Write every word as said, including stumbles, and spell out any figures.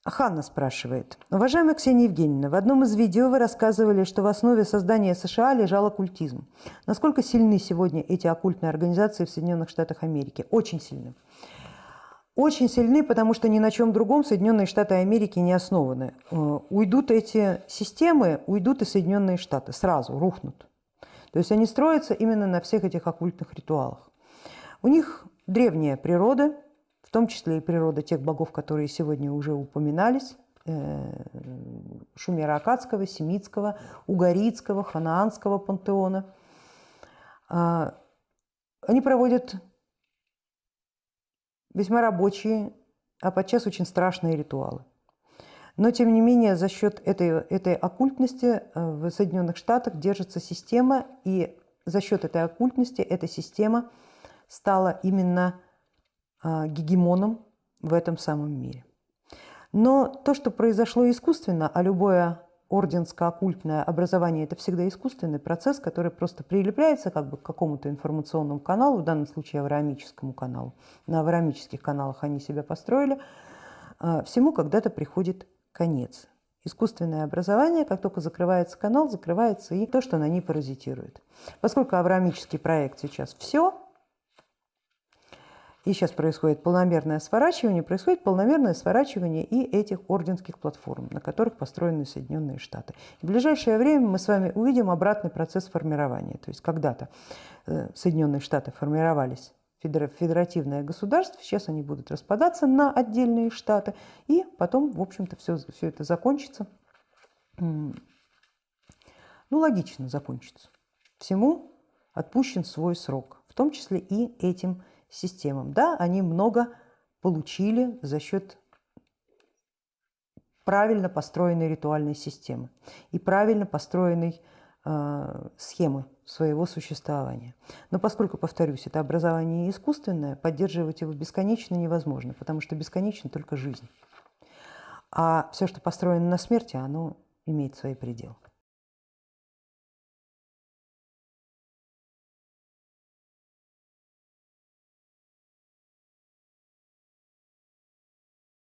Ханна спрашивает. Уважаемая Ксения Евгеньевна, в одном из видео вы рассказывали, что в основе создания США лежал оккультизм. Насколько сильны сегодня эти оккультные организации в Соединенных Штатах Америки? Очень сильны. Очень сильны, потому что ни на чем другом Соединенные Штаты Америки не основаны. Уйдут эти системы, уйдут и Соединенные Штаты, сразу рухнут. То есть они строятся именно на всех этих оккультных ритуалах. У них древняя природа, в том числе и природа тех богов, которые сегодня уже упоминались, шумеро-аккадского, семитского, угаритского, ханаанского пантеона. Они проводят весьма рабочие, а подчас очень страшные ритуалы. Но, тем не менее, за счет этой, этой оккультности в Соединенных Штатах держится система, и за счет этой оккультности эта система стала именно гегемоном в этом самом мире. Но то, что произошло искусственно, а любое орденско-оккультное образование – это всегда искусственный процесс, который просто прилепляется как бы к какому-то информационному каналу, в данном случае авраамическому каналу. На авраамических каналах они себя построили. Всему когда-то приходит конец. Искусственное образование, как только закрывается канал, закрывается и то, что на ней паразитирует. Поскольку авраамический проект сейчас все, и сейчас происходит полномерное сворачивание, происходит полномерное сворачивание и этих орденских платформ, на которых построены Соединенные Штаты. В ближайшее время мы с вами увидим обратный процесс формирования. То есть когда-то Соединенные Штаты формировались в федеративное государство, сейчас они будут распадаться на отдельные штаты, и потом, в общем-то, все, все это закончится. Ну, логично закончится. Всему отпущен свой срок, в том числе и этим системам. Да, они много получили за счет правильно построенной ритуальной системы и правильно построенной э, схемы своего существования. Но поскольку, повторюсь, это образование искусственное, поддерживать его бесконечно невозможно, потому что бесконечна только жизнь. А все, что построено на смерти, оно имеет свои пределы.